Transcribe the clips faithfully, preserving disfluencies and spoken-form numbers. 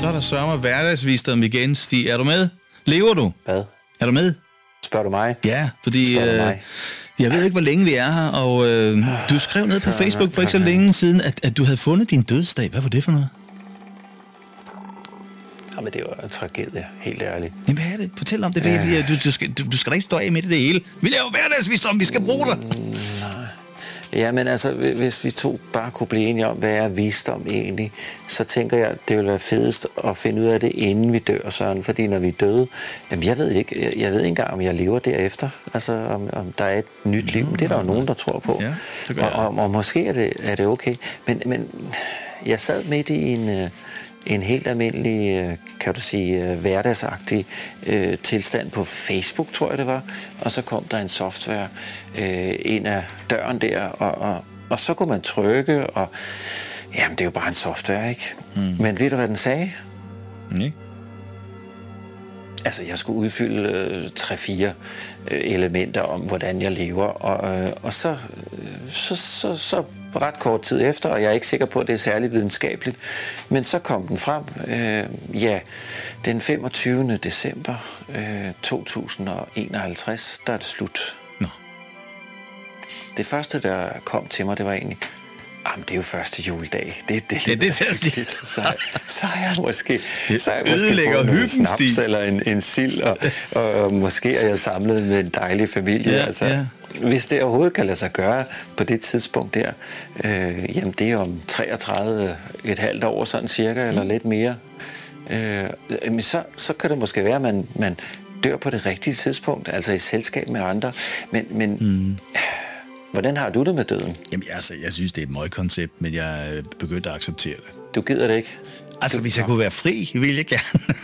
Så er der sørme hverdagsvisdom igen, Stig. Er du med? Lever du? Hvad? Er du med? Spørger du mig? Ja, fordi Spørger du øh, mig? jeg ved ikke, hvor længe vi er her, og øh, du skrev ned på Facebook for ikke så længe siden, at, at du havde fundet din dødsdag. Hvad var det for noget? Jamen, det var en tragedie, helt ærligt. Jamen, hvad er det? Fortæl om det, fordi øh. du, du, skal, du, du skal da ikke stå af med det hele. Vi laver hverdagsvisdom, vi skal bruge dig. Mm, nej. Ja, men altså, hvis vi to bare kunne blive enige om, hvad er visdom egentlig, så tænker jeg, det vil være fedest at finde ud af det, inden vi dør, Søren. Fordi når vi er døde, jamen jeg ved ikke, jeg, jeg ved ikke engang, om jeg lever derefter. Altså, om, om der er et nyt liv. Det er der jo nogen, der tror på. Ja, det gør og, og, og måske er det, er det okay. Men, men jeg sad midt i en... en helt almindelig, kan du sige, hverdagsagtig øh, tilstand på Facebook, tror jeg det var. Og så kom der en software øh, ind af døren der, og, og, og så kunne man trykke, og jamen, det er jo bare en software, ikke? Mm. Men ved du, hvad den sagde? Nej. Altså, jeg skulle udfylde øh, tre-fire øh, elementer om, hvordan jeg lever, og, øh, og så, øh, så, så, så ret kort tid efter, og jeg er ikke sikker på, at det er særlig videnskabeligt, men så kom den frem, øh, ja, den femogtyvende december øh, to tusind og enoghalvtreds, der er det slut. Nå. Det første, der kom til mig, det var egentlig, jamen, det er jo første juledag. Det, det, det er det til at sige. Så, så har jeg måske, så har jeg måske ødelægger fået noget hyggen, snaps Stig. eller en, en sild, og, og, og måske er jeg samlet med en dejlig familie. Ja, altså, ja. Hvis det overhovedet kan lade sig gøre på det tidspunkt der, øh, jamen det er om treogtredive, et halvt år sådan cirka, mm. eller lidt mere, øh, men så, så kan det måske være, at man, man dør på det rigtige tidspunkt, altså i selskab med andre, men, men mm. hvordan har du det med døden? Jamen, altså, jeg synes, det er et møgkoncept, men jeg er begyndt at acceptere det. Du gider det ikke? Altså, du, hvis jeg kunne være fri, ville jeg gerne.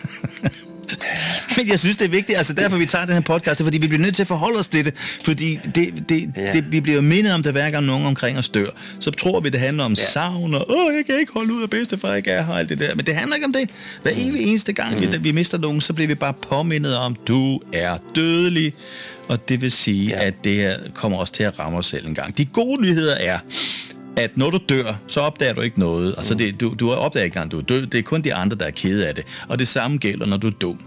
Men jeg synes, det er vigtigt, altså derfor vi tager den her podcast, fordi vi bliver nødt til at forholde os til det, fordi det, det, ja. det, vi bliver mindet om det hver gang nogen omkring os dør. Så tror vi, det handler om ja. savn, og åh, jeg kan ikke holde ud af bedstefar, ikke er her, og alt det der. Men det handler ikke om det. Hver evig eneste gang, mm. vi, vi mister nogen, så bliver vi bare påmindet om, du er dødelig, og det vil sige, ja. at det her kommer også til at ramme os selv en gang. De gode nyheder er, at når du dør, så opdager du ikke noget. Altså, det, du, du opdager ikke engang, du er død. Det er kun de andre, der er kede af det. Og det samme gælder, når du er dum.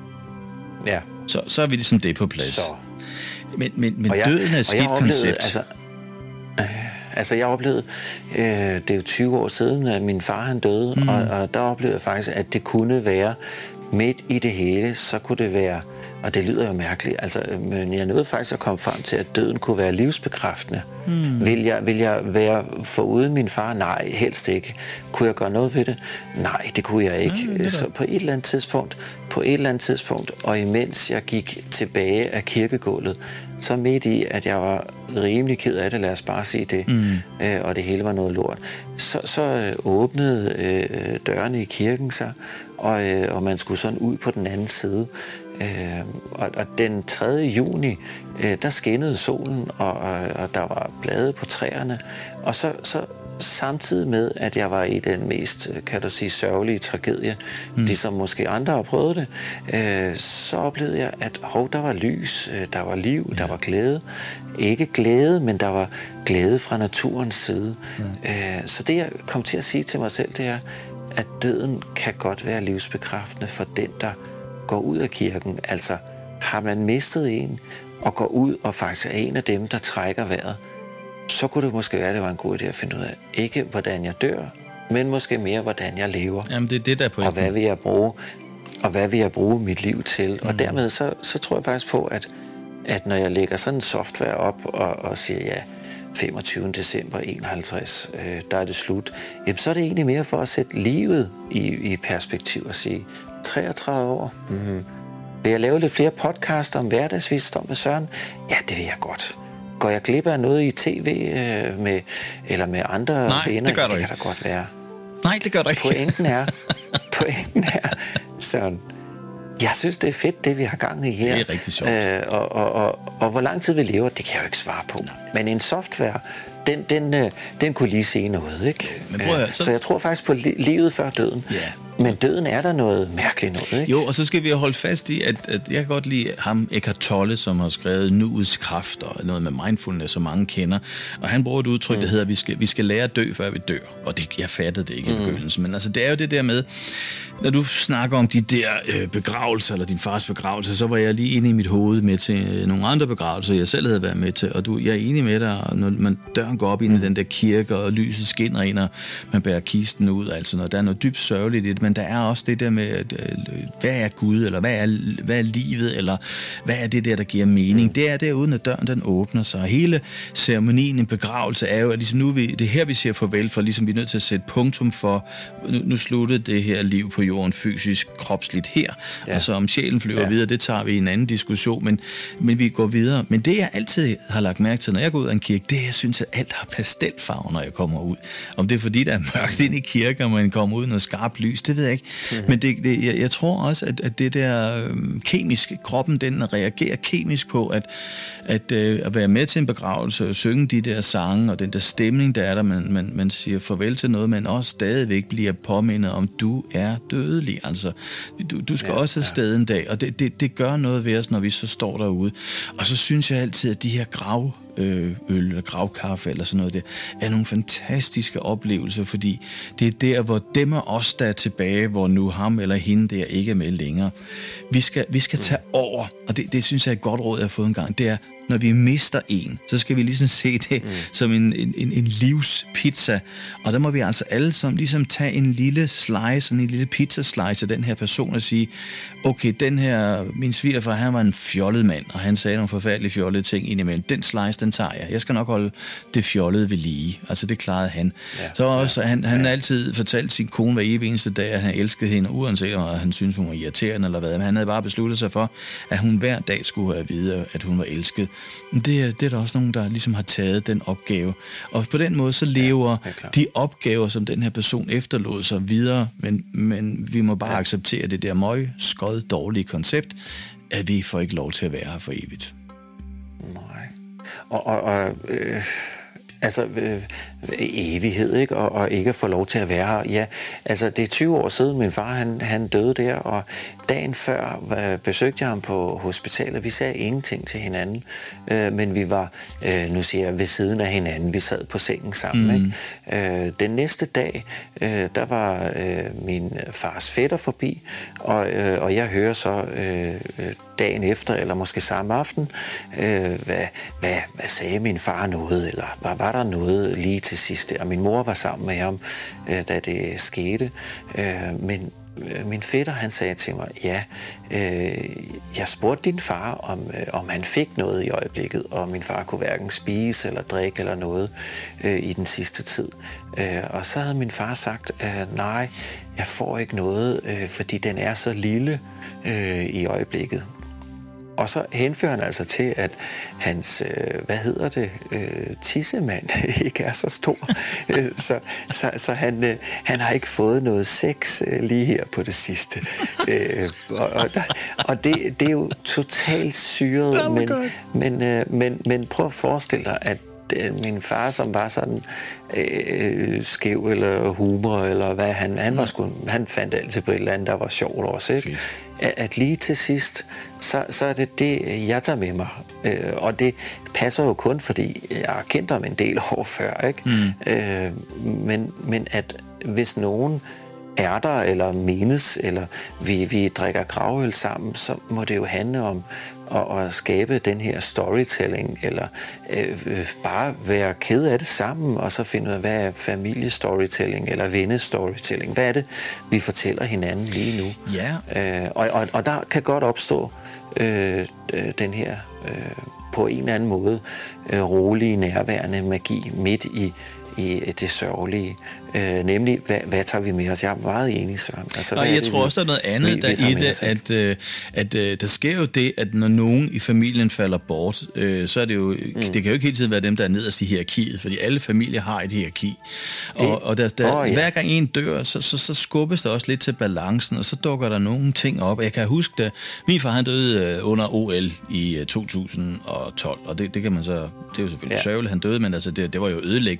Ja. Så, så er vi ligesom det på plads. Så. Men, men, men jeg, døden er et skidt koncept. Altså, øh, altså, jeg oplevede, øh, det er jo tyve år siden, at min far han døde, mm. og, og der oplevede jeg faktisk, at det kunne være midt i det hele, så kunne det være, og det lyder jo mærkeligt, altså, men jeg nåede faktisk at komme frem til, at døden kunne være livsbekræftende. Mm. Vil, jeg, vil jeg være foruden min far? Nej, helst ikke. Kunne jeg gøre noget ved det? Nej, det kunne jeg ikke. Ja, så på et eller andet tidspunkt, på et eller andet tidspunkt, og imens jeg gik tilbage af kirkegulvet, så midt i, at jeg var rimelig ked af det, lad os bare sige det, mm. øh, og det hele var noget lort, så, så åbnede øh, dørene i kirken sig, og, øh, og man skulle sådan ud på den anden side. Øh, og, og den tredje juni, øh, der skinnede solen, og, og, og der var blade på træerne, og så, så samtidig med, at jeg var i den mest, kan du sige, sørgelige tragedie, mm. ligesom måske andre har prøvet det, øh, så oplevede jeg, at hov, der var lys, øh, der var liv, ja. Der var glæde. Ikke glæde, men der var glæde fra naturens side. Ja. Øh, så det, jeg kom til at sige til mig selv, det er, at døden kan godt være livsbekræftende for den, der går ud af kirken. Altså, har man mistet en, og går ud og faktisk er en af dem, der trækker vejret, så kunne det måske være, at det var en god idé at finde ud af, ikke hvordan jeg dør, men måske mere, hvordan jeg lever. Jamen, det er det, der er på. Og hvad vil jeg bruge, og hvad vil jeg bruge mit liv til? Mm. Og dermed, så, så tror jeg faktisk på, at, at når jeg lægger sådan en software op, og, og siger, ja, femogtyvende december enoghalvtreds, øh, der er det slut, jamen, så er det egentlig mere for at sætte livet i, i perspektiv og sige, treogtredive år, mm-hmm. vil jeg lave lidt flere podcasts om hverdagsvisdom med Søren? Ja, det vil jeg godt. Går jeg glip af noget i tv øh, med, eller med andre Nej, venner? det gør du det ikke. kan da godt være. Nej, det gør du ikke. Pointen er, pointen er Søren, jeg synes, det er fedt, det vi har gang i her. Det er rigtig sjovt. Øh, og, og, og, og hvor lang tid vi lever, det kan jeg jo ikke svare på. Nej. Men en software, den, den, den kunne lige se noget, ikke? Men prøv at høre, så... så jeg tror faktisk på li- livet før døden. Ja. Men døden er der noget mærkeligt noget, ikke? Jo, og så skal vi holde fast i, at, at jeg kan godt lide ham, Eckhart Tolle, som har skrevet Nuets kraft og noget med mindfulness, som mange kender. Og han bruger et udtryk, mm. der hedder, at vi skal, vi skal lære at dø, før vi dør. Og det, jeg fattede det ikke mm. i begyndelsen. Men altså, det er jo det der med, når du snakker om de der øh, begravelser, eller din fars begravelse, så var jeg lige inde i mit hoved med til øh, nogle andre begravelser, jeg selv havde været med til. Og du, jeg er enig med dig, når man døren går op ind i den der kirke, og lyset skinner ind, og man bærer kisten ud, altså når der er noget dybt sørgeligt i det, men der er også det der med, at, øh, hvad er Gud, eller hvad er, hvad er livet, eller hvad er det der, der giver mening? Det er der, uden at døren den åbner sig. Hele ceremonien, en begravelse, er jo, at ligesom nu vi, det er her, vi siger farvel, for ligesom vi er nødt til at sætte punktum for, nu, nu sluttede det her liv på jorden fysisk, kropsligt her, ja. Og så om sjælen flyver ja. videre, det tager vi i en anden diskussion, men, men vi går videre. Men det, jeg altid har lagt mærke til, når jeg går ud af en kirke, det er, jeg synes, at alt har pastelfarver, når jeg kommer ud. Om det er, fordi der er mørkt ind i kirken, og man kommer ud noget skarpt lys, det ved jeg ikke. Mm-hmm. Men det, det, jeg, jeg tror også, at, at det der øhm, kemiske, kroppen, den reagerer kemisk på, at, at, øh, at være med til en begravelse og synge de der sange, og den der stemning, der er der, man, man, man siger farvel til noget, men også stadigvæk bliver påmindet om, du er dødelig. Altså, du, du skal ja, også afsted en dag, og det, det, det gør noget ved os, når vi så står derude. Og så synes jeg altid, at de her grav øl eller gravkaffe eller sådan noget, det er nogle fantastiske oplevelser, fordi det er der, hvor dem af os, der er tilbage, hvor nu ham eller hende der ikke er med længere. Vi skal, vi skal tage over, og det, det synes jeg er et godt råd, jeg har fået en gang, det er, når vi mister en, så skal vi ligesom se det mm. som en, en, en livspizza. Og der må vi altså alle sammen ligesom tage en lille slice, en lille pizzaslice af den her person og sige, okay, den her, min svigerfar, han var en fjollet mand, og han sagde nogle forfærdelige fjollede ting indimellem. Den slice, den tager jeg. Jeg skal nok holde det fjollede ved lige. Altså, det klarede han. Ja, så også, ja, han, han ja. altid fortalt sin kone hver evig eneste dag, at han elskede hende, uanset om han syntes, hun var irriterende eller hvad. Men han havde bare besluttet sig for, at hun hver dag skulle have at vide, at hun var elsket. Det er, det er der også nogen, der ligesom har taget den opgave. Og på den måde, så lever ja, de opgaver, som den her person efterlod sig videre, men, men vi må bare ja. acceptere det der møg, skød, dårlige koncept, at vi får ikke lov til at være her for evigt. Nej. Og, og, og øh, altså øh, evighed, ikke? Og, og ikke at få lov til at være her. Ja, altså det er tyve år siden, min far han, han døde der, og dagen før øh, besøgte jeg ham på hospitalet. Vi sagde ingenting til hinanden, øh, men vi var, øh, nu siger jeg, ved siden af hinanden. Vi sad på sengen sammen. Mm. Ikke? Øh, den næste dag, øh, der var øh, min fars fætter forbi, og, øh, og jeg hører så øh, dagen efter, eller måske samme aften, øh, hvad, hvad, hvad sagde min far noget, eller var, var der noget lige til sidst? Og min mor var sammen med ham, øh, da det skete, øh, men min fætter, han sagde til mig, ja, øh, jeg spurgte din far, om, øh, om han fik noget i øjeblikket, og min far kunne hverken spise eller drikke eller noget øh, i den sidste tid. Øh, og så havde min far sagt, øh, nej, jeg får ikke noget, øh, fordi den er så lille øh, i øjeblikket. Og så henfører han altså til, at hans, øh, hvad hedder det, øh, tissemand ikke er så stor. så så, så han, øh, han har ikke fået noget sex øh, lige her på det sidste. øh, og og, og det, det er jo totalt syret, men, men, øh, men, men prøv at forestille dig, at min far, som var sådan øh, skæv eller humor, eller hvad, han, han, var sgu, han fandt altid på et eller andet, der var sjovt også, ikke? At, at lige til sidst, så, så er det det, jeg tager med mig. Øh, og det passer jo kun, fordi jeg har kendt ham en del år før, ikke? Mm. Øh, men, men at hvis nogen er der, eller menes, eller vi, vi drikker gravøl sammen, så må det jo handle om at, at skabe den her storytelling, eller øh, bare være ked af det sammen, og så finde ud af, hvad er familiestorytelling, eller vennestorytelling. Hvad er det, vi fortæller hinanden lige nu? Yeah. Øh, og, og, og der kan godt opstå øh, den her øh, på en eller anden måde øh, rolige, nærværende magi midt i i det sørgelige. Øh, nemlig, hvad, hvad tager vi med os? Jeg er meget enig, Søren. Altså, og jeg tror også, der er noget andet vi, der vi i det, at, at, at, at der sker jo det, at når nogen i familien falder bort, øh, så er det jo, mm. det kan jo ikke hele tiden være dem, der er nederst i hierarkiet, fordi alle familier har et hierarki. Det, og, og der, der, oh, ja. hver gang en dør, så, så, så skubbes der også lidt til balancen, og så dukker der nogle ting op. Jeg kan huske, da min far han døde under O L i to tusind og tolv, og det, det kan man så, det er jo selvfølgelig ja. sørgeligt, han døde, men altså, det, det var jo ødelæggende for at følge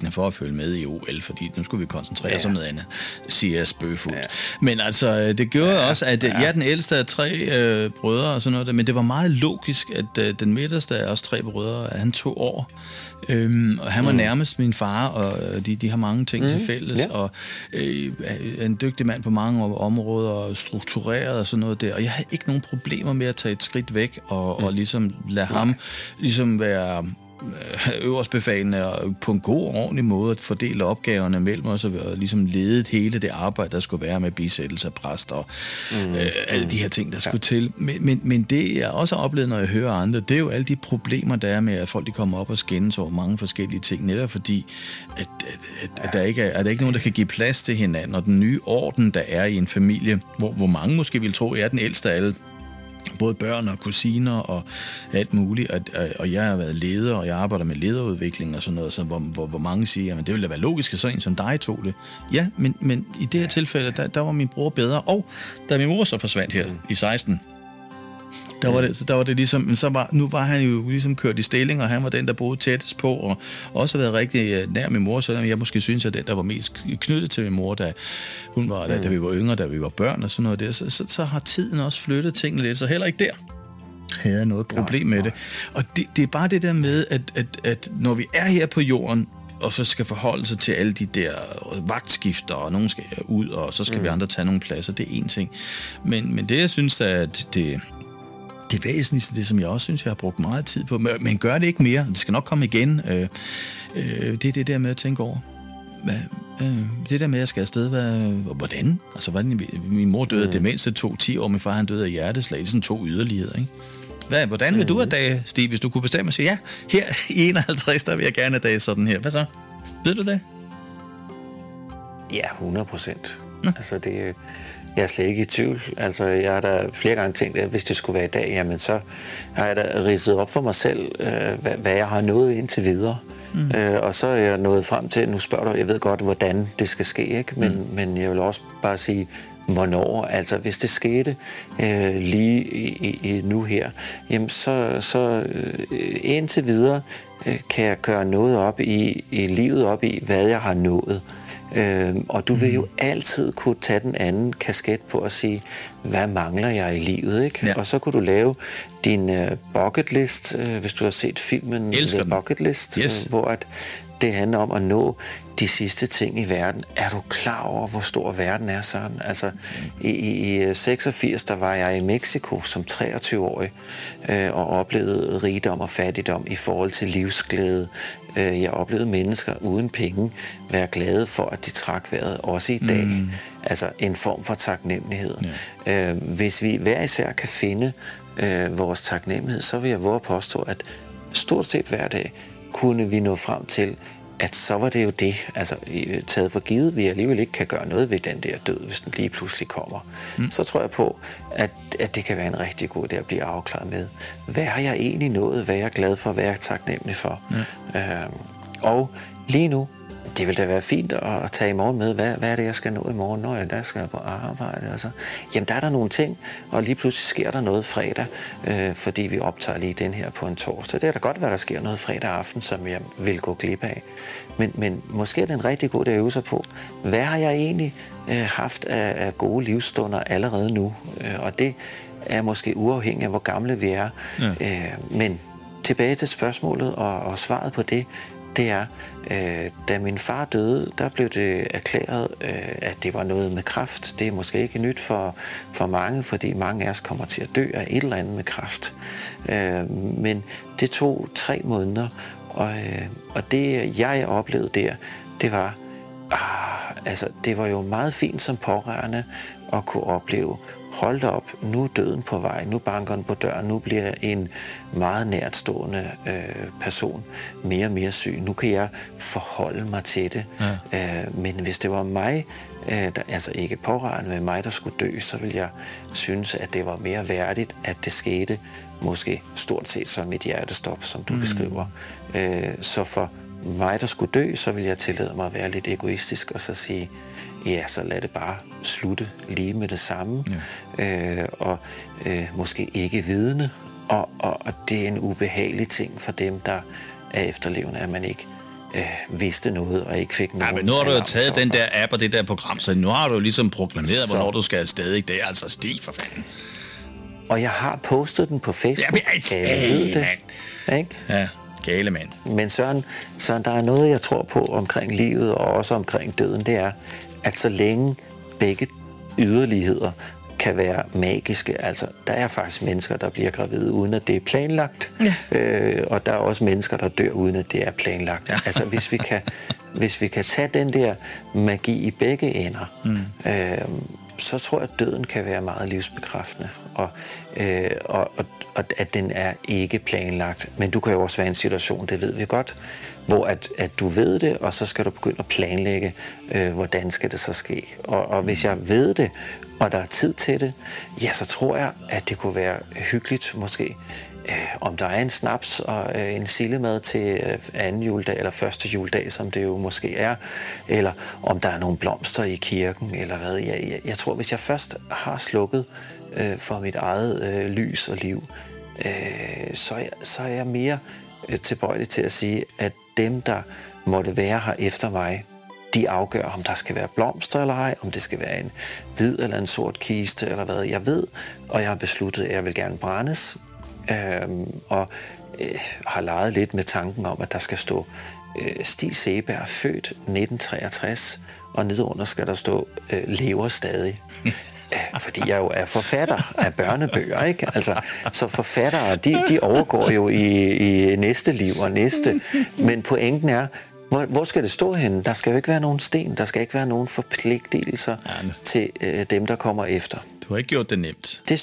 følge med i O L, fordi nu skulle vi koncentrere os ja. om noget andet, siger jeg spøgefuldt. Ja. Men altså, det gjorde ja. også, at ja. jeg er den ældste af tre øh, brødre og sådan noget, men det var meget logisk, at øh, den midterste af os tre brødre, han tog år. Øhm, og han var mm. nærmest min far, og de, de har mange ting mm. til fælles, ja. og øh, er en dygtig mand på mange områder, og struktureret og sådan noget der. Og jeg havde ikke nogen problemer med at tage et skridt væk, og, mm. og ligesom lade mm. ham ligesom være øverstbefalende og på en god og ordentlig måde at fordele opgaverne mellem os og ligesom ledet hele det arbejde, der skulle være med bisættelse af præster og mm. øh, alle de her ting, der skulle ja. til. Men, men, men det, jeg også har oplevet, når jeg hører andre, det er jo alle de problemer, der er med, at folk de kommer op og skændes over mange forskellige ting, netop fordi, at, at, at, at der ikke er, at der ikke nogen, der kan give plads til hinanden, og den nye orden, der er i en familie, hvor, hvor mange måske vil tro, at jeg er den ældste af alle, både børn og kusiner og alt muligt, og, og jeg har været leder, og jeg arbejder med lederudvikling og sådan noget, så hvor, hvor, hvor mange siger, at det ville da være logisk, at sådan en som dig tog det. Ja, men, men i det her tilfælde, der, der var min bror bedre, og da min mor så forsvandt her i seksten, der var det, der var det ligesom, men så var, nu var han jo ligesom kørt i stilling, og han var den, der boede tættest på, og også været rigtig nær min mor, selvom jeg måske synes, at den, der var mest knyttet til min mor, da hun var, da, da vi var yngre, da vi var børn og sådan noget der, så, så, så har tiden også flyttet tingene lidt, så heller ikke der havde jeg noget problem med det. Og det, det er bare det der med, at, at, at når vi er her på jorden, og så skal forholde sig til alle de der vagtskifter, og nogen skal ud, og så skal mm. vi andre tage nogle pladser, det er en ting. Men, men det, jeg synes, at det Det væsentligste, det som jeg også synes, jeg har brugt meget tid på, men gør det ikke mere, det skal nok komme igen, øh, øh, det er det der med at tænke over, hvad, øh, det der med, at jeg skal afsted, hvad, hvordan? Altså, hvordan, min mor døde mm. det mindste tog ti år, min far han døde af hjerteslag, det er sådan to yderligheder, ikke? Hvad, hvordan vil mm. du have dage, Stig, hvis du kunne bestemme og sige, ja, her i enoghalvtreds, der vil jeg gerne have dage sådan her, hvad så? Ved du det? Ja, hundrede procent. Altså, det jeg er slet ikke i tvivl. Altså, jeg har da flere gange tænkt, at hvis det skulle være i dag, jamen så har jeg da ridset op for mig selv, øh, hvad, hvad jeg har nået indtil videre. Mm. Øh, og så er jeg nået frem til, nu spørger du, jeg ved godt, hvordan det skal ske, ikke? Men, mm. men jeg vil også bare sige, hvornår. Altså, hvis det skete øh, lige i, i, nu her, jamen så, så øh, indtil videre øh, kan jeg gøre noget op i, i livet op i, hvad jeg har nået. Øhm, og du vil jo altid kunne tage den anden kasket på og sige, hvad mangler jeg i livet, ikke? Ja. Og så kunne du lave din uh, bucket list, uh, hvis du har set filmen The Bucket List, yes. uh, hvor at det handler om at nå de sidste ting i verden. Er du klar over, hvor stor verden er, sådan? Altså, i, i, i seksogfirs, der var jeg i Mexico som treogtyve-årig øh, og oplevede rigdom og fattigdom i forhold til livsglæde. Øh, jeg oplevede mennesker uden penge være glade for, at de trak vejret, også i dag. Mm. Altså en form for taknemmelighed. Ja. Øh, hvis vi hver især kan finde øh, vores taknemmelighed, så vil jeg våge at påstå, at stort set hver dag kunne vi nå frem til, at så var det jo det, altså taget for givet, vi alligevel ikke kan gøre noget ved den der død, hvis den lige pludselig kommer. Mm. Så tror jeg på, at, at det kan være en rigtig god idé at blive afklaret med, hvad har jeg egentlig nået, hvad er jeg glad for, hvad er jeg taknemmelig for. Mm. Øhm, og lige nu, det vil da være fint at tage i morgen med, hvad, hvad er det, jeg skal nå i morgen, når jeg der skal på arbejde. Altså. Jamen, der er der nogle ting, og lige pludselig sker der noget fredag, øh, fordi vi optager lige den her på en torsdag. Det er da godt være, der sker noget fredag aften, som jeg vil gå glip af. Men, men måske er det en rigtig god idé at øve sig på. Hvad har jeg egentlig øh, haft af, af gode livsstunder allerede nu? Øh, og det er måske uafhængigt af, hvor gamle vi er. Ja. Øh, men tilbage til spørgsmålet og, og svaret på det, det er, øh, da min far døde, der blev det erklæret, øh, at det var noget med kræft. Det er måske ikke nyt for, for mange, fordi mange af os kommer til at dø af et eller andet med kræft. Øh, men det tog tre måneder, og, øh, og det jeg oplevede der, det var, ah, altså, det var jo meget fint som pårørende at kunne opleve, hold da op, nu er døden på vej, nu banker den på døren, nu bliver en meget nærtstående øh, person mere og mere syg. Nu kan jeg forholde mig til det. Ja. Øh, men hvis det var mig, øh, der, altså ikke pårørende, men mig, der skulle dø, så ville jeg synes, at det var mere værdigt, at det skete måske stort set som et hjertestop, som du mm. beskriver. Øh, så for mig, der skulle dø, så ville jeg tillade mig at være lidt egoistisk og så sige, ja, så lad det bare slutte lige med det samme, ja. øh, og øh, måske ikke vidne, og, og, og det er en ubehagelig ting for dem, der er efterlevende, at man ikke øh, vidste noget og ikke fik noget. Ja, men nu har du jo taget den der app og det der program, så nu har du jo ligesom proklameret, så... hvornår du skal afsted. Ikke? Det er altså stig for fanden. Og jeg har postet den på Facebook. Ja, men jeg ved det. Ikke? Ja, gale mand. Men Søren, Søren, der er noget, jeg tror på omkring livet og også omkring døden, det er, at så længe begge yderligheder kan være magiske. Altså, der er faktisk mennesker, der bliver gravide, uden at det er planlagt. Ja. Øh, og der er også mennesker, der dør, uden at det er planlagt. Ja. Altså, hvis vi, kan, hvis vi kan tage den der magi i begge ender, mm. øh, så tror jeg, at døden kan være meget livsbekræftende. Og, øh, og, og, og at den er ikke planlagt. Men du kan jo også være i en situation, det ved vi godt, hvor at, at du ved det, og så skal du begynde at planlægge, øh, hvordan skal det så ske. Og, og hvis jeg ved det, og der er tid til det, ja, så tror jeg, at det kunne være hyggeligt måske, øh, om der er en snaps og øh, en sillemad til øh, anden juledag eller første juledag, som det jo måske er, eller om der er nogle blomster i kirken, eller hvad. Jeg, jeg, jeg tror, hvis jeg først har slukket øh, for mit eget øh, lys og liv, øh, så, er, så er jeg mere øh, tilbøjelig til at sige, at dem, der måtte være her efter mig, de afgør, om der skal være blomster eller ej, om det skal være en hvid eller en sort kiste, eller hvad jeg ved. Og jeg har besluttet, at jeg vil gerne brændes. Øhm, og øh, har leget lidt med tanken om, at der skal stå øh, Stig Seeberg, født nitten treogtres, og nedenunder skal der stå øh, lever stadig. Fordi jeg jo er forfatter af børnebøger, ikke? Altså, så forfattere, de, de overgår jo i, i næste liv og næste. Men pointen er, Hvor, hvor skal det stå henne? Der skal jo ikke være nogen sten. Der skal ikke være nogen forpligtelser ja, til øh, dem, der kommer efter. Du har ikke gjort det nemt. Det,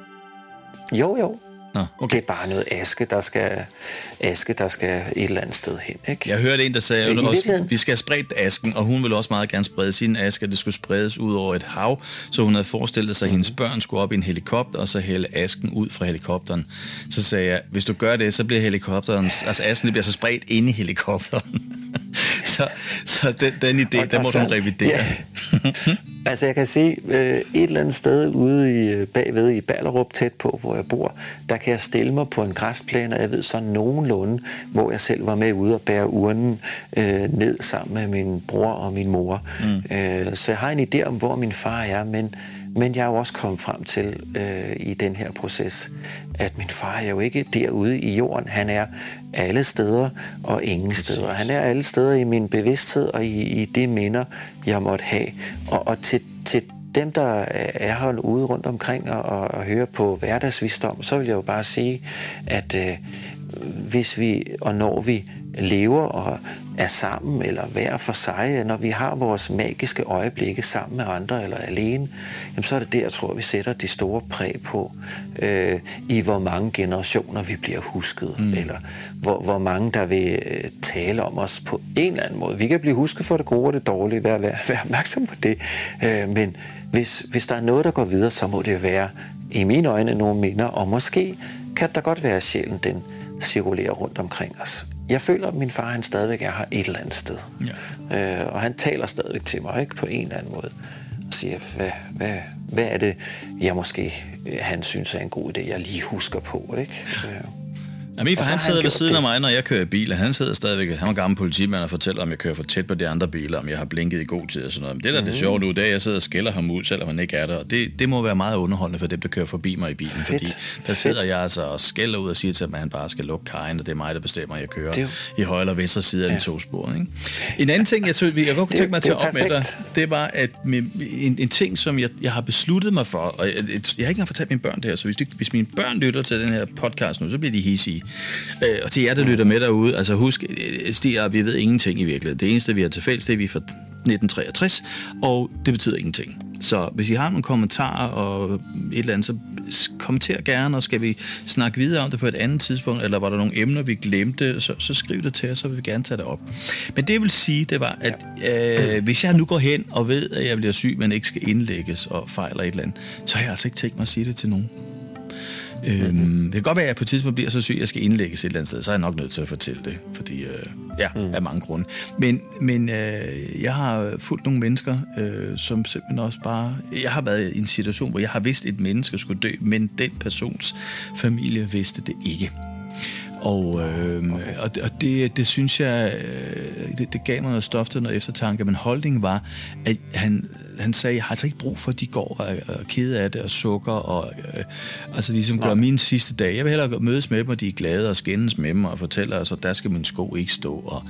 jo, jo. Nå, okay. Det er bare noget aske, der skal, aske, der skal et eller andet sted hen. Ikke? Jeg hørte en, der sagde, at vi skal have spredt asken, og hun ville også meget gerne sprede sin aske, at det skulle spredes ud over et hav, så hun havde forestillet sig, at hendes børn skulle op i en helikopter, og så hælde asken ud fra helikopteren. Så sagde jeg, hvis du gør det, så bliver helikopteren, altså asken bliver så spredt inde i helikopteren. så så den, den idé, der må du revidere. Ja. Altså jeg kan sige, øh, et eller andet sted ude i, bagved i Ballerup, tæt på, hvor jeg bor, der kan jeg stille mig på en græsplæne, og jeg ved så nogenlunde, hvor jeg selv var med ude og bære urnen øh, ned sammen med min bror og min mor. Mm. Øh, så jeg har en idé om, hvor min far er, men, men jeg er jo også kommet frem til øh, i den her proces, at min far er jo ikke derude i jorden. Han er alle steder og ingen steder. Han er alle steder i min bevidsthed og i, i de minder, jeg måtte have. Og, og til, til dem, der er herude rundt omkring og, og, og hører på hverdagsvisdom, så vil jeg jo bare sige, at øh, hvis vi og når vi lever og er sammen eller hver for sig, når vi har vores magiske øjeblikke sammen med andre eller alene, jamen så er det der, jeg tror, vi sætter de store præg på, øh, i hvor mange generationer vi bliver husket, mm. eller hvor, hvor mange, der vil øh, tale om os på en eller anden måde. Vi kan blive husket for det gode og det dårlige, vær, vær, vær opmærksom på det, øh, men hvis, hvis der er noget, der går videre, så må det være i mine øjne nogle minder, og måske kan der godt være, at sjælen den cirkulerer rundt omkring os. Jeg føler, at min far han stadigvæk er her et eller andet sted. Ja. Øh, og han taler stadigvæk til mig, ikke, på en eller anden måde. Og siger, hvad, hvad, hvad er det, jeg måske, han synes er en god idé, jeg lige husker på, ikke? Øh. Ja, min far, han sidder ved siden af mig, når jeg kører i bil, og han sidder stadigvæk, han var gammel politimand og fortæller, om jeg kører for tæt på de andre biler, om jeg har blinket i god tid og sådan noget. Men det der er det sjovt ud, det er, at jeg sidder og skælder ham ud, selvom han ikke er der. Og det, det må være meget underholdende for dem, der kører forbi mig i bilen, fedt, fordi der sidder fedt. jeg altså og skælder ud og siger til ham, at han bare skal lukke kajen, og det er mig, der bestemmer, at jeg kører det i højre eller venstre side af ja. den togspor. Ikke? En anden ting, jeg, tog, jeg godt kunne tænke mig til at op med dig, det var, at en, en ting, som jeg, jeg har besluttet mig for, og jeg, jeg har ikke engang fortalt mine børn det her, så hvis, de, hvis mine børn lytter til den her podcast nu, så bliver de hissige. Og til jer, der lytter med derude, altså husk, Stig og vi ved ingenting i virkeligheden. Det eneste, vi har til fælles, det er, vi er fra nitten treogtres, og det betyder ingenting. Så hvis I har nogle kommentarer og et eller andet, så kommenter gerne, og skal vi snakke videre om det på et andet tidspunkt, eller var der nogle emner, vi glemte, så, så skriv det til os, så vil vi gerne tage det op. Men det jeg vil sige, det var, at øh, hvis jeg nu går hen og ved, at jeg bliver syg, men ikke skal indlægges og fejler et eller andet, så har jeg altså ikke tænkt mig at sige det til nogen. Øhm, mm-hmm. Det kan godt være, at jeg på et tidspunkt bliver så syg, at jeg skal indlægges et eller andet sted, så er jeg nok nødt til at fortælle det, fordi, øh, ja, mm. af mange grunde. Men, men øh, jeg har fulgt nogle mennesker, øh, som simpelthen også bare... Jeg har været i en situation, hvor jeg har vidst, at et menneske skulle dø, men den persons familie vidste det ikke. Og, øh, okay. og, og det, det synes jeg, det, det gav mig noget stof til noget eftertanke, men holdningen var, at han, han sagde, jeg har altså ikke brug for, at de går og er kede af det og sukker, og øh, altså ligesom gør mine sidste dage. Jeg vil hellere mødes med dem, og de er glade og skændes med dem, og fortæller, altså, der skal min sko ikke stå, og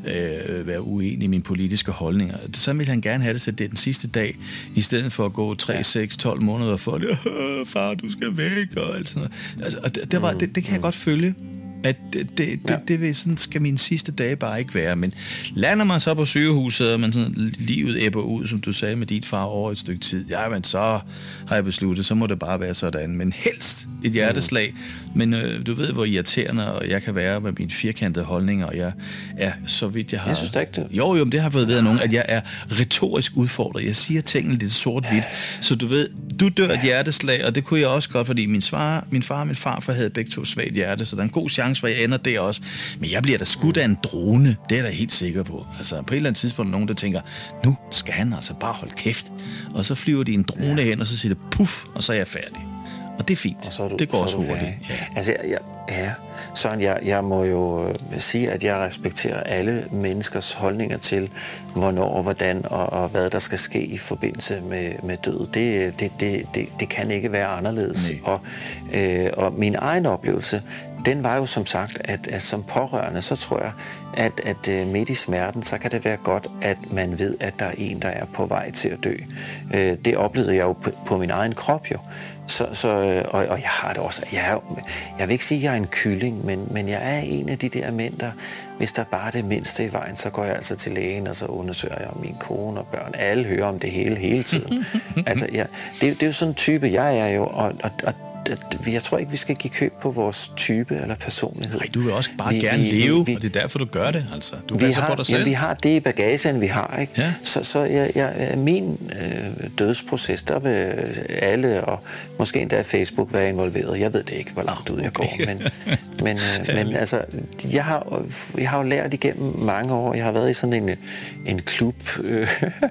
øh, være uenig i mine politiske holdninger. Så vil han gerne have det, så det er den sidste dag, i stedet for at gå tre, seks, tolv måneder for det, far, du skal væk, og alt sådan noget. Altså, og det, det, var, det, det kan jeg godt følge. At det, det, det, ja. det vil, sådan skal mine sidste dage bare ikke være. Men lander man så på sygehuset, og man sådan, livet æbber ud, som du sagde med dit far over et stykke tid, ja, men så har jeg besluttet, så må det bare være sådan. Men helst et hjerteslag. Mm. Men øh, du ved, hvor irriterende jeg kan være med mine firkantede holdninger, og jeg er, så vidt jeg har... Jeg synes da ikke det. Jo, jo, men det har jeg fået ved af nogen, at jeg er retorisk udfordret. Jeg siger tingene lidt sort-hvidt. Så du ved, du dør et hjerteslag, og det kunne jeg også godt, fordi min, svar, min far og min farfar havde begge to svagt hjerte, så der er en god chance for, jeg ender der også. Men jeg bliver da skudt af en drone, det er jeg da helt sikker på. Altså, på et eller andet tidspunkt er der nogen, der tænker, nu skal han altså bare holde kæft. Og så flyver de en drone ja. hen, og så siger det puff, og så er jeg færdig. Og det er fint. Og du, det går også hurtigt. Ja. Altså, jeg, ja, Søren, jeg, jeg må jo sige, at jeg respekterer alle menneskers holdninger til, hvornår, hvordan og, og hvad der skal ske i forbindelse med, med død. Det, det, det, det, det kan ikke være anderledes. Og, øh, og min egen oplevelse, den var jo som sagt, at, at som pårørende, så tror jeg, at, at midt i smerten, så kan det være godt, at man ved, at der er en, der er på vej til at dø. Øh, det oplevede jeg jo på, på min egen krop jo. Så, så, og, og jeg har det også. Jeg, er, jeg vil ikke sige, at jeg er en kylling, men, men jeg er en af de der mænd, der, hvis der bare er det mindste i vejen, så går jeg altså til lægen, og så undersøger jeg min kone og børn. Alle hører om det hele, hele tiden. altså, jeg, det, det er jo sådan en type, jeg er jo, og, og, og jeg tror ikke, vi skal give køb på vores type eller personlighed. Nej, du vil også bare vi, gerne vi, leve, vi, og det er derfor, du gør det. Altså. Du passer har, på dig selv. Ja, vi har det i bagagen, vi har. Ikke? Ja. Så, så jeg, jeg, min øh, dødsproces, der vil alle, og måske endda Facebook, være involveret. Jeg ved det ikke, hvor langt ud jeg går. Men, men, øh, men altså, jeg har, jeg har jo lært igennem mange år. Jeg har været i sådan en, en klub, øh,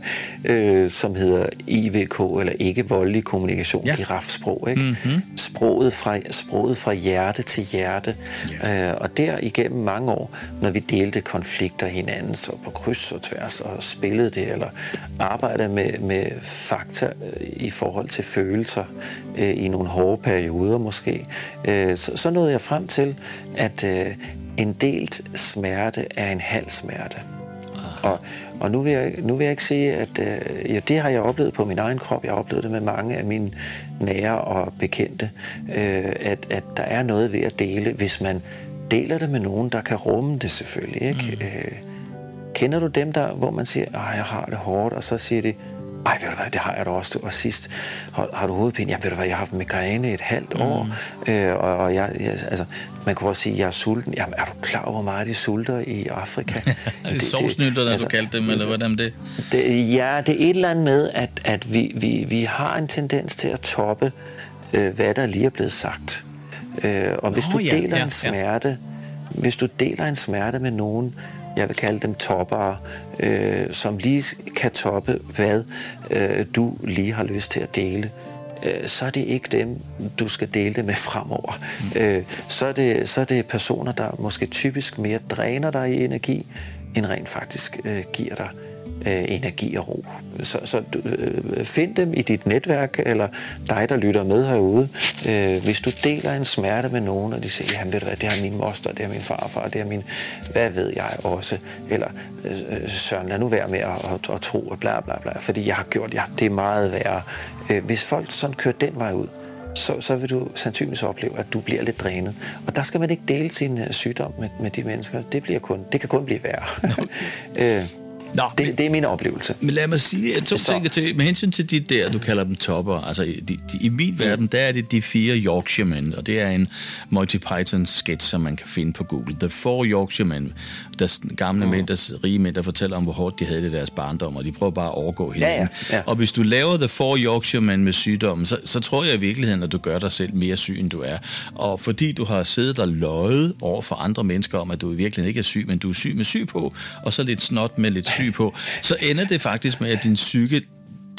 øh, som hedder I V K, eller ikke voldelig kommunikation, ja. Girafsprog. Ikke? Mm-hmm. Sproget fra, sproget fra hjerte til hjerte. Yeah. Øh, og der igennem mange år, når vi delte konflikter hinanden, så på kryds og tværs, og spillede det, eller arbejdede med, med fakta øh, i forhold til følelser øh, i nogle hårde perioder måske, øh, så, så nåede jeg frem til, at øh, en delt smerte er en halv smerte. Og, og nu, vil jeg, nu vil jeg ikke sige, at øh, ja, det har jeg oplevet på min egen krop. Jeg har oplevet det med mange af mine nære og bekendte, øh, at, at der er noget ved at dele, hvis man deler det med nogen, der kan rumme det selvfølgelig. Ikke? Mm. Øh, kender du dem, der, hvor man siger, at jeg har det hårdt, og så siger de, ej, ved du hvad, det har jeg da også. Og sidst, har, har du hovedpine? Ja, ved du hvad, jeg har haft migræne et halvt år. Mm. Øh, og, og jeg, jeg, altså, man kunne også sige, at jeg er sulten. Jamen, er du klar over, hvor meget de sulter i Afrika? det er sovsnylter, altså, du kaldte dem, eller hvordan det? det? Ja, det er et eller andet med, at, at vi, vi, vi har en tendens til at toppe, øh, hvad der lige er blevet sagt. Øh, og hvis Nå, du ja, deler ja, en smerte, ja. hvis du deler en smerte med nogen, jeg vil kalde dem toppere, øh, som lige kan toppe, hvad øh, du lige har lyst til at dele, øh, så er det ikke dem, du skal dele det med fremover. Mm. Øh, så, er det, så er det personer, der måske typisk mere dræner dig i energi, end rent faktisk øh, giver dig øh, energi og ro. Så, så øh, find dem i dit netværk, eller dig, der lytter med herude. Øh, hvis du deler en smerte med nogen, og de siger, jamen ved du hvad, det har min moster, det har min farfar, det har min, hvad ved jeg også, eller øh, Søren, lad nu være med at, at, at tro, og bla bla bla, fordi jeg har gjort, ja, det er meget værre. Øh, hvis folk sådan kører den vej ud, så, så vil du sandsynligvis opleve, at du bliver lidt drænet. Og der skal man ikke dele sin sygdom med, med de mennesker. Det, bliver kun, det kan kun blive værre. Okay. øh, Nå, det, men, det er min oplevelse. Men lad mig sige, at to ting til, med hensyn til de der, du kalder dem topper, altså de, de, i min verden, der er det de fire Yorkshiremen, og det er en Monty Python sketch, som man kan finde på Google. The Four Yorkshiremen, der gamle mm. mænd, der rige mænd, der fortæller om, hvor hårdt de havde det deres barndom, og de prøver bare at overgå hinanden. Ja, ja, ja. Og hvis du laver The Four Yorkshiremen med sygdommen, så, så tror jeg i virkeligheden, at du gør dig selv mere syg, end du er. Og fordi du har siddet og løjet over for andre mennesker om, at du i virkeligheden ikke er syg, men du er syg med syg på, og så lidt snot med lidt syg på, så ender det faktisk med, at din psyke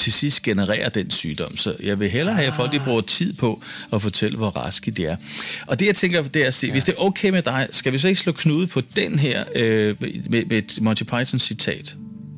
til sidst genererer den sygdom. Så jeg vil hellere have, at folk de bruger tid på at fortælle, hvor raske de er. Og det, jeg tænker, det er at se, ja. Hvis det er okay med dig, skal vi så ikke slå knude på den her øh, med, med et Monty Python citat?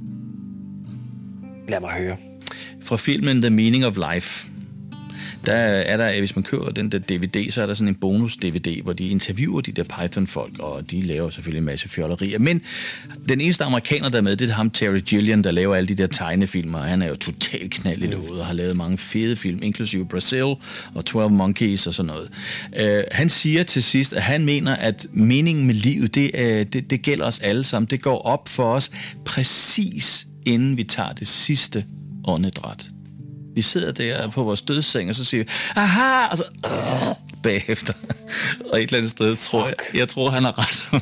Lad mig høre. Fra filmen The Meaning of Life. Der er der, hvis man køber den der D V D, så er der sådan en bonus-D V D, hvor de interviewer de der Python-folk, og de laver selvfølgelig en masse fjollerier. Men den eneste amerikaner, der er med, det er ham Terry Gilliam, der laver alle de der tegnefilmer. Han er jo totalt knald i låget og har lavet mange fede film, inklusive Brazil og twelve Monkeys og sådan noget. Uh, han siger til sidst, at han mener, at meningen med livet, det, uh, det, det gælder os alle sammen. Det går op for os præcis inden vi tager det sidste åndedræt. Vi sidder der på vores dødsseng, og så siger vi, aha, og så øh, bagefter. Og et eller andet sted, tror jeg, jeg tror, han har ret.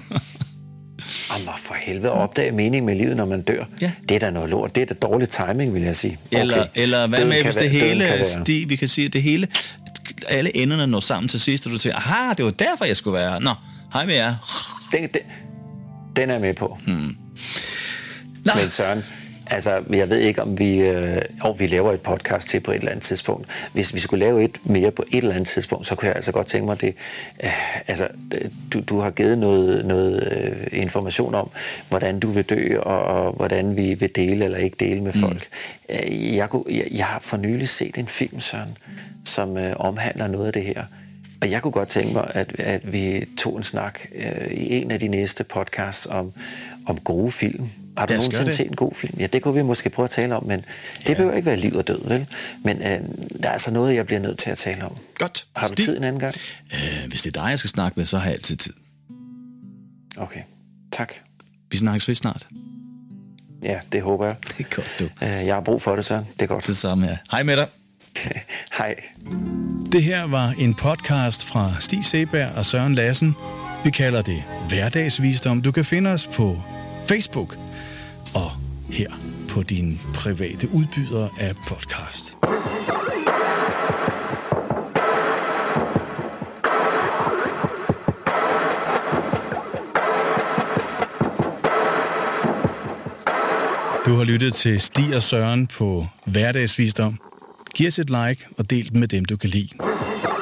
Jamen for helvede, opdage mening med livet, når man dør. Ja. Det er da noget lort. Det er da dårlig timing, vil jeg sige. Okay. Eller, eller hvad døden med, hvis det være, hele, sti, vi kan sige, at det hele, alle enderne når sammen til sidst, og du siger, aha, det var derfor, jeg skulle være her. Nå, hej med jer. Den, den, den er jeg med på. Hmm. Men Søren, altså, jeg ved ikke, om vi... Øh, og vi laver et podcast til på et eller andet tidspunkt. Hvis vi skulle lave et mere på et eller andet tidspunkt, så kunne jeg altså godt tænke mig det. Øh, altså, du, du har givet noget, noget øh, information om, hvordan du vil dø, og, og hvordan vi vil dele eller ikke dele med folk. Mm. Øh, jeg, kunne, jeg, jeg har for nylig set en film, Søren, som øh, omhandler noget af det her. Og jeg kunne godt tænke mig, at, at vi tog en snak øh, i en af de næste podcasts om, om gode film. Har du nogensinde set en god film? Ja, det kunne vi måske prøve at tale om, men det ja. behøver ikke være liv og død, vel? Men øh, der er altså noget, jeg bliver nødt til at tale om. Godt. Har du tid en anden gang? Øh, hvis det er dig, jeg skal snakke med, så har jeg altid tid. Okay, tak. Vi snakkes ved snart. Ja, det håber jeg. Det er godt, du. Øh, jeg har brug for det, Søren. Det er godt. Det samme her. Hej med dig. Hej. Det her var en podcast fra Stig Seeberg og Søren Lassen. Vi kalder det Hverdagsvisdom. Du kan finde os på Facebook og her på din private udbyder af podcast. Du har lyttet til Stig og Søren på Hverdagsvisdom. Giv os et like og del med dem, du kan lide.